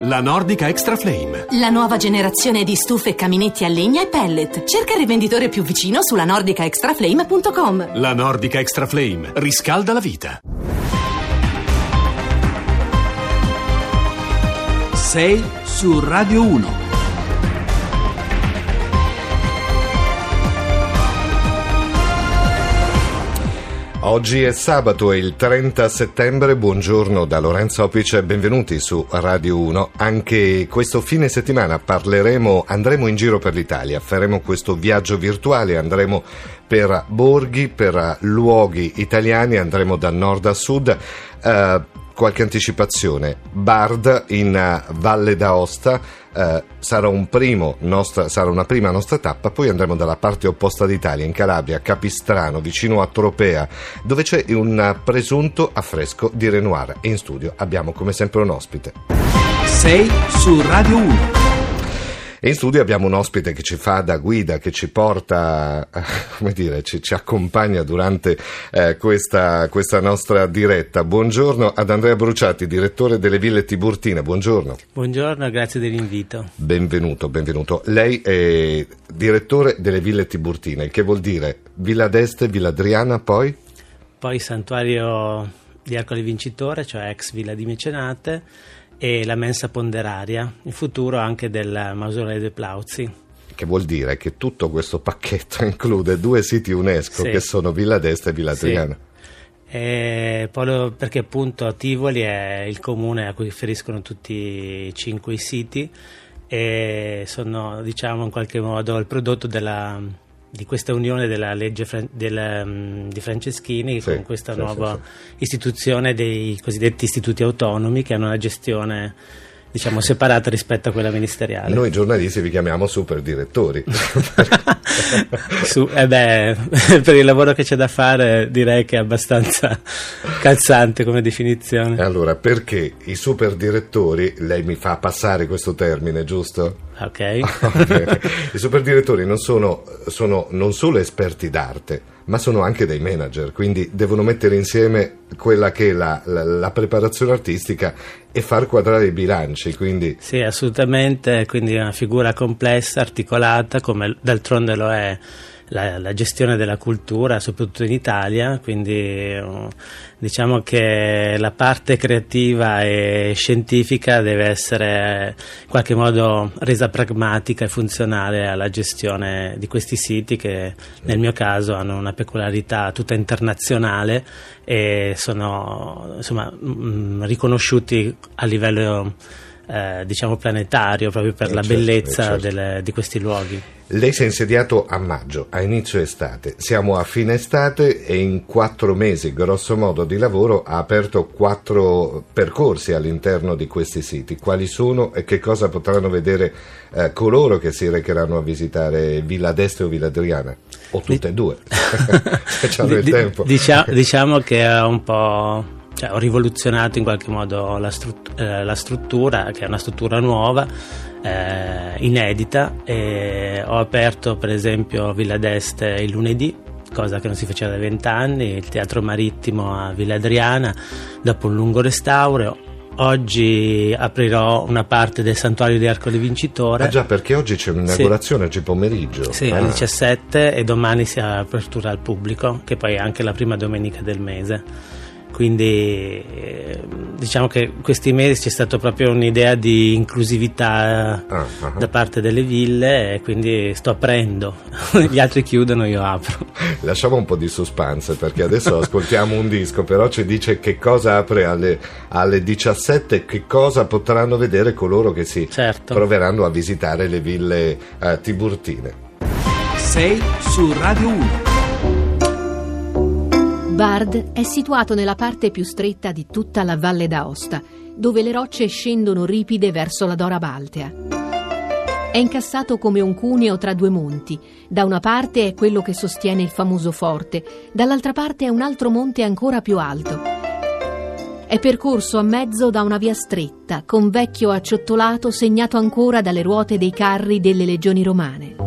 La Nordica Extra Flame. La nuova generazione di stufe e caminetti a legna e pellet. Cerca il rivenditore più vicino sulla nordicaextraflame.com. La Nordica Extra Flame riscalda la vita. 6 su Radio 1. Oggi è sabato, è il 30 settembre, buongiorno da Lorenzo Opice e benvenuti su Radio 1. Anche questo fine settimana andremo in giro per l'Italia, faremo questo viaggio virtuale, andremo per borghi, per luoghi italiani, andremo da nord a sud. Qualche anticipazione: Bard in Valle d'Aosta sarà una prima nostra tappa, poi andremo dalla parte opposta d'Italia, in Calabria, Capistrano, vicino a Tropea, dove c'è un presunto affresco di Renoir, e in studio abbiamo come sempre un ospite. 6 su Radio 1. E in studio abbiamo un ospite che ci fa da guida, che ci porta, ci accompagna durante questa nostra diretta. Buongiorno ad Andrea Bruciati, direttore delle Ville Tiburtine. Buongiorno. Buongiorno, grazie dell'invito. Benvenuto. Lei è direttore delle Ville Tiburtine, il che vuol dire Villa d'Este, Villa Adriana, poi Santuario di Ercole Vincitore, cioè ex Villa di Mecenate, e la mensa ponderaria, in futuro anche del Mausoleo dei Plauzi. Che vuol dire che tutto questo pacchetto include 2 siti UNESCO, sì, che sono Villa d'Este e Villa Adriana. Sì. Proprio perché appunto Tivoli è il comune a cui riferiscono tutti i 5 i siti, e sono, diciamo, in qualche modo il prodotto di questa unione della legge di Franceschini, sì, con questa nuova istituzione dei cosiddetti istituti autonomi, che hanno una gestione, diciamo, separata rispetto a quella ministeriale. Noi giornalisti vi chiamiamo super direttori. Per il lavoro che c'è da fare direi che è abbastanza calzante come definizione. Allora, perché i super direttori, lei mi fa passare questo termine, giusto? Ok. I super direttori non sono non solo esperti d'arte, ma sono anche dei manager, quindi devono mettere insieme quella che è la preparazione artistica e far quadrare i bilanci, quindi... Sì, assolutamente, quindi è una figura complessa, articolata, come d'altronde lo è la gestione della cultura, soprattutto in Italia, quindi diciamo che la parte creativa e scientifica deve essere in qualche modo resa pragmatica e funzionale alla gestione di questi siti, che nel mio caso hanno una peculiarità tutta internazionale e sono, insomma, riconosciuti a livello diciamo planetario, proprio per la bellezza di questi luoghi. Lei si è insediato a maggio, a inizio estate, siamo a fine estate e in 4 mesi grosso modo di lavoro ha aperto 4 percorsi all'interno di questi siti. Quali sono e che cosa potranno vedere coloro che si recheranno a visitare Villa d'Este o Villa Adriana? O tutte e due, se hanno il tempo. Diciamo che è un po'... ho rivoluzionato in qualche modo la struttura, che è una struttura nuova, inedita, e ho aperto per esempio Villa d'Este il lunedì, cosa che non si faceva da 20 anni, il Teatro Marittimo a Villa Adriana dopo un lungo restauro. Oggi aprirò una parte del Santuario di Ercole Vincitore. Ah già, perché oggi c'è un'inaugurazione, oggi pomeriggio. Sì, alle 17, e domani si ha apertura al pubblico, che poi è anche la prima domenica del mese. Quindi diciamo che questi mesi c'è stata proprio un'idea di inclusività da parte delle ville, e quindi sto aprendo. Gli altri chiudono, io apro. Lasciamo un po' di suspense, perché adesso ascoltiamo un disco, però ci dice che cosa apre alle 17, che cosa potranno vedere coloro che si proveranno a visitare le ville tiburtine. 6 su Radio 1. Bard è situato nella parte più stretta di tutta la Valle d'Aosta, dove le rocce scendono ripide verso la Dora Baltea. È incassato come un cuneo tra 2 monti. Da una parte è quello che sostiene il famoso forte, dall'altra parte è un altro monte ancora più alto. È percorso a mezzo da una via stretta, con vecchio acciottolato segnato ancora dalle ruote dei carri delle legioni romane.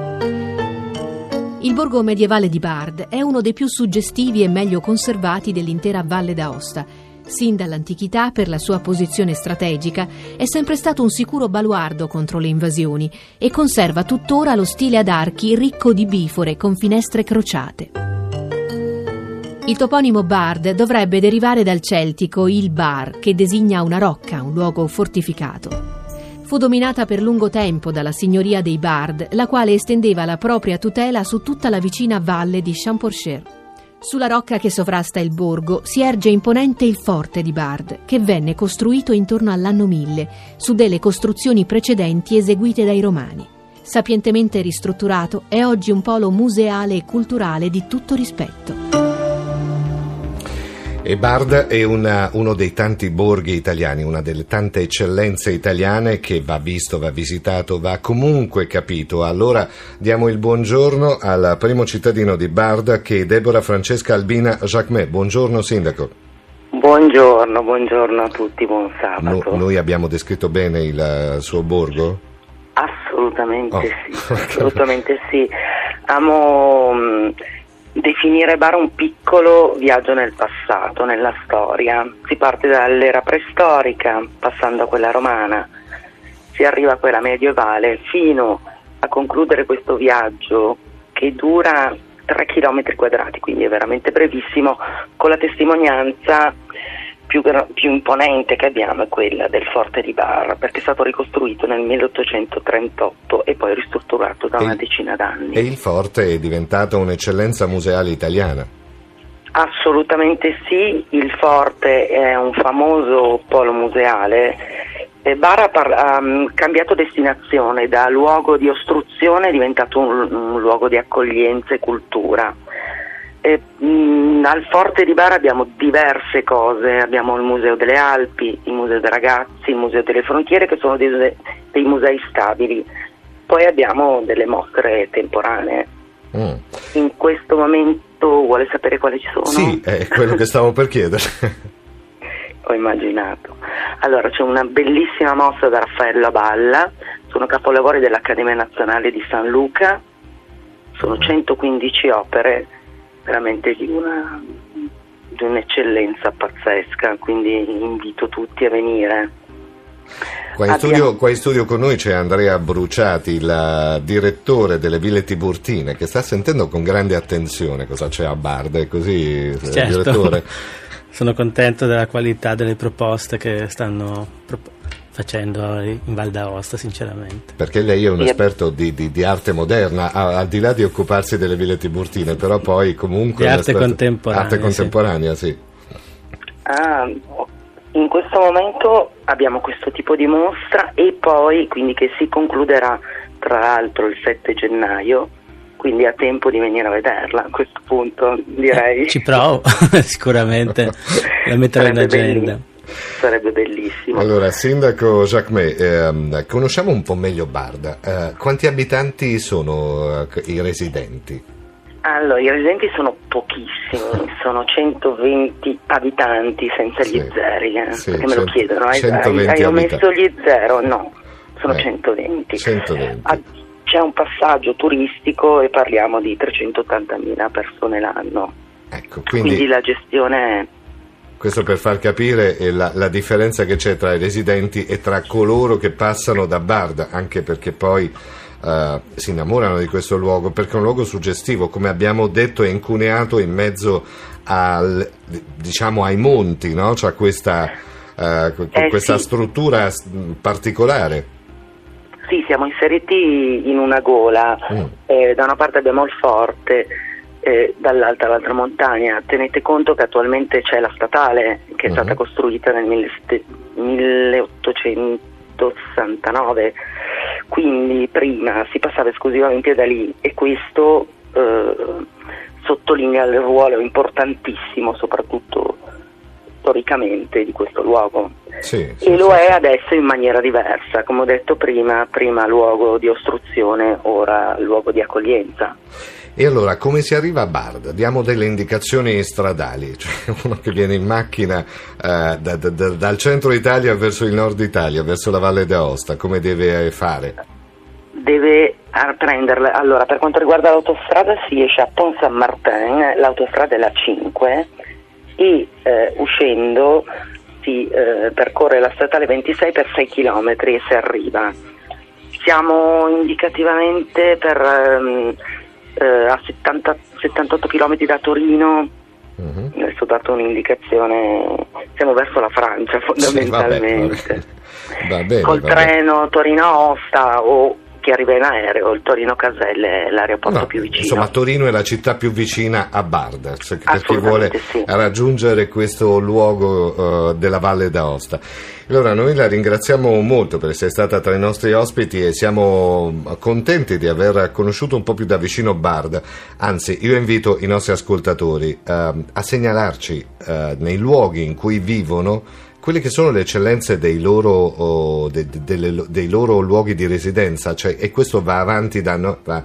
Il borgo medievale di Bard è uno dei più suggestivi e meglio conservati dell'intera Valle d'Aosta. sin dall'antichità, per la sua posizione strategica, è sempre stato un sicuro baluardo contro le invasioni e conserva tuttora lo stile ad archi ricco di bifore con finestre crociate. Il toponimo Bard dovrebbe derivare dal celtico il bar, che designa una rocca, un luogo fortificato. Fu dominata per lungo tempo dalla signoria dei Bard, la quale estendeva la propria tutela su tutta la vicina valle di Champorcher. Sulla rocca che sovrasta il borgo si erge imponente il forte di Bard, che venne costruito intorno all'anno 1000, su delle costruzioni precedenti eseguite dai Romani. Sapientemente ristrutturato, è oggi un polo museale e culturale di tutto rispetto. E Bard è uno dei tanti borghi italiani, una delle tante eccellenze italiane che va visto, va visitato, va comunque capito. Allora diamo il buongiorno al primo cittadino di Bard, che è Deborah Francesca Albina Jacquemet. Buongiorno sindaco. Buongiorno a tutti, buon sabato. Noi abbiamo descritto bene il suo borgo? Assolutamente sì. Amo definire Bard un piccolo viaggio nel passato, nella storia. Si parte dall'era preistorica, passando a quella romana, si arriva a quella medievale, fino a concludere questo viaggio che dura 3 chilometri quadrati, quindi è veramente brevissimo, con la testimonianza più imponente che abbiamo è quella del forte di Bard, perché è stato ricostruito nel 1838 e poi ristrutturato da una decina d'anni. E il forte è diventato un'eccellenza museale italiana? Assolutamente sì, il forte è un famoso polo museale. Bard ha cambiato destinazione, da luogo di ostruzione è diventato un luogo di accoglienza e cultura. Al forte di Bard abbiamo diverse cose, abbiamo il Museo delle Alpi, il Museo dei Ragazzi, il Museo delle Frontiere, che sono dei musei stabili. Poi abbiamo delle mostre temporanee. In questo momento vuole sapere quali ci sono? Sì, è quello che stavo per chiedere. Ho immaginato. Allora, c'è una bellissima mostra da Raffaello Aballa, sono capolavori dell'Accademia Nazionale di San Luca, sono 115 opere, veramente di un'eccellenza pazzesca, quindi invito tutti a venire. Qua in studio con noi c'è Andrea Bruciati, il direttore delle Ville Tiburtine, che sta sentendo con grande attenzione cosa c'è a Bard, è così, certo. Direttore? Sono contento della qualità delle proposte che stanno facendo in Val d'Aosta, sinceramente. Perché lei è un esperto di arte moderna, al di là di occuparsi delle Ville Tiburtine, però poi comunque... Di arte contemporanea. Arte contemporanea, sì. In questo momento abbiamo questo tipo di mostra, e poi quindi che si concluderà tra l'altro il 7 gennaio, quindi ha tempo di venire a vederla. A questo punto direi ci provo sicuramente, la metterò in agenda. Sarebbe bellissimo. Allora, sindaco Jacquemet, conosciamo un po' meglio Bard. Quanti abitanti sono i residenti? Allora, i residenti sono pochissimi, sono 120 abitanti senza gli zeri, perché me lo chiedono. Hai omesso gli zero? No, sono 120. 120. C'è un passaggio turistico e parliamo di 380.000 persone l'anno. Ecco, quindi la gestione... Questo per far capire la differenza che c'è tra i residenti e tra coloro che passano da Bard, anche perché poi si innamorano di questo luogo, perché è un luogo suggestivo, come abbiamo detto, è incuneato in mezzo ai monti, no? C'ha questa struttura particolare. Sì, siamo inseriti in una gola, da una parte abbiamo il forte, dall'altra l'altra montagna. Tenete conto che attualmente c'è la statale che è stata costruita nel 1869, quindi prima si passava esclusivamente da lì, e questo sottolinea il ruolo importantissimo, soprattutto storicamente, di questo luogo. Lo è adesso in maniera diversa, come ho detto prima luogo di ostruzione, ora luogo di accoglienza. E allora come si arriva a Bard? Diamo delle indicazioni stradali, cioè uno che viene in macchina dal centro Italia verso il nord Italia, verso la Valle d'Aosta, come deve fare? Deve prenderla. Allora, per quanto riguarda l'autostrada, si esce a Pont Saint-Martin, l'autostrada è la 5, e uscendo si percorre la statale 26 per 6 km e si arriva. Siamo indicativamente a 78 km da Torino. Adesso ho dato un'indicazione, siamo verso la Francia fondamentalmente. Va bene, col treno Torino-Aosta o chi arriva in aereo, il Torino-Caselle è l'aeroporto più vicino. Insomma, Torino è la città più vicina a Bardaz, per chi vuole raggiungere questo luogo della Valle d'Aosta. Allora, noi la ringraziamo molto per essere stata tra i nostri ospiti e siamo contenti di aver conosciuto un po' più da vicino Barda. Anzi, io invito i nostri ascoltatori a segnalarci nei luoghi in cui vivono quelle che sono le eccellenze dei loro luoghi di residenza, cioè, e questo va avanti da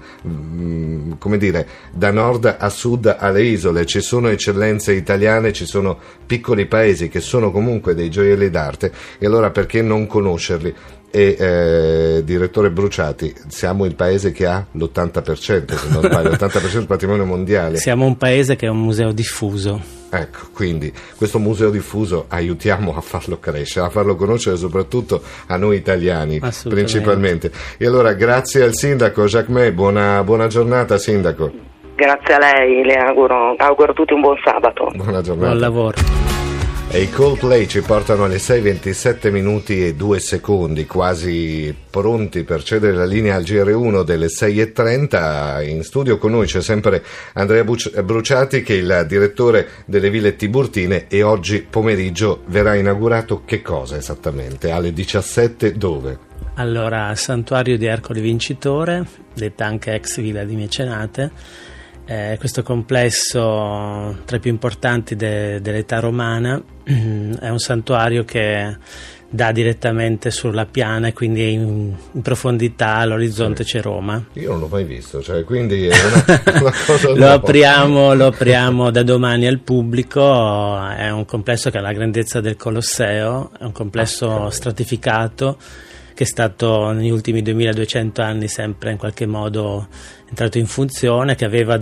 nord a sud alle isole. Ci sono eccellenze italiane, ci sono piccoli paesi che sono comunque dei gioielli d'arte, e allora perché non conoscerli? E direttore Bruciati, siamo il paese che ha l'80%, se non sbaglio, l'80% del patrimonio mondiale. Siamo un paese che è un museo diffuso. Ecco, quindi questo museo diffuso aiutiamo a farlo crescere, a farlo conoscere soprattutto a noi italiani principalmente. E allora grazie al sindaco Jacquemet, buona giornata sindaco. Grazie a lei, le auguro a tutti un buon sabato. Buona giornata. Buon lavoro. E i Coldplay ci portano alle 6:27 minuti e 2 secondi, quasi pronti per cedere la linea al GR1 delle 6:30. In studio con noi c'è sempre Andrea Bruciati, che è il direttore delle Ville Tiburtine, e oggi pomeriggio verrà inaugurato che cosa esattamente? Alle 17 dove? Allora, Santuario di Ercole Vincitore, detta anche ex Villa di Mecenate. Questo complesso tra i più importanti dell'età romana, è un santuario che dà direttamente sulla piana e quindi in profondità all'orizzonte c'è Roma. Io non l'ho mai visto, cioè, quindi è una cosa lo apriamo da domani al pubblico. È un complesso che ha la grandezza del Colosseo, è un complesso stratificato che è stato negli ultimi 2200 anni sempre in qualche modo entrato in funzione, che aveva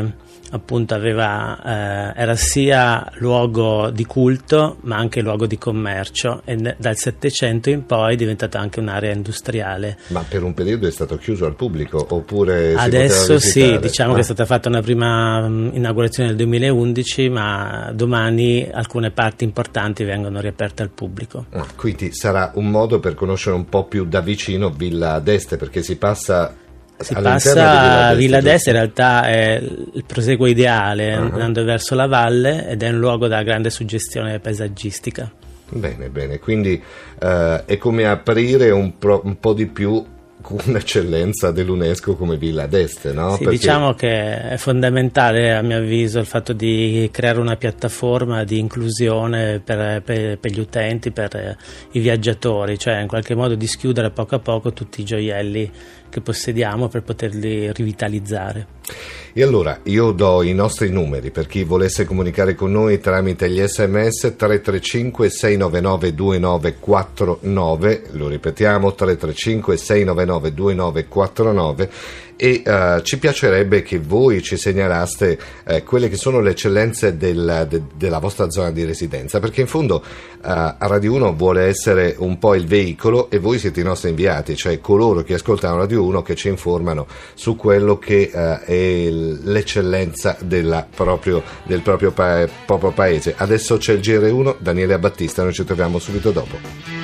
era sia luogo di culto ma anche luogo di commercio, e dal Settecento in poi è diventata anche un'area industriale. Ma per un periodo è stato chiuso al pubblico oppure adesso sì, diciamo che è stata fatta una prima inaugurazione nel 2011, ma domani alcune parti importanti vengono riaperte al pubblico. Quindi sarà un modo per conoscere un po' più da vicino Villa d'Este, perché si passa a Villa d'Este, in realtà è il proseguo ideale, andando verso la valle, ed è un luogo da grande suggestione paesaggistica. Bene, quindi è come aprire un po' di più un'eccellenza dell'UNESCO come Villa d'Este, no? Sì, diciamo che è fondamentale, a mio avviso, il fatto di creare una piattaforma di inclusione per gli utenti, per i viaggiatori, cioè in qualche modo di schiudere poco a poco tutti i gioielli che possediamo per poterli rivitalizzare. E allora io do i nostri numeri per chi volesse comunicare con noi tramite gli SMS: 335 699 2949, lo ripetiamo, 335 699 2949, e ci piacerebbe che voi ci segnalaste quelle che sono le eccellenze della vostra zona di residenza, perché in fondo a Radio 1 vuole essere un po' il veicolo, e voi siete i nostri inviati, cioè coloro che ascoltano Radio 1 che ci informano su quello che è l'eccellenza del proprio paese. Adesso c'è il GR1, Daniele Battista, noi ci troviamo subito dopo.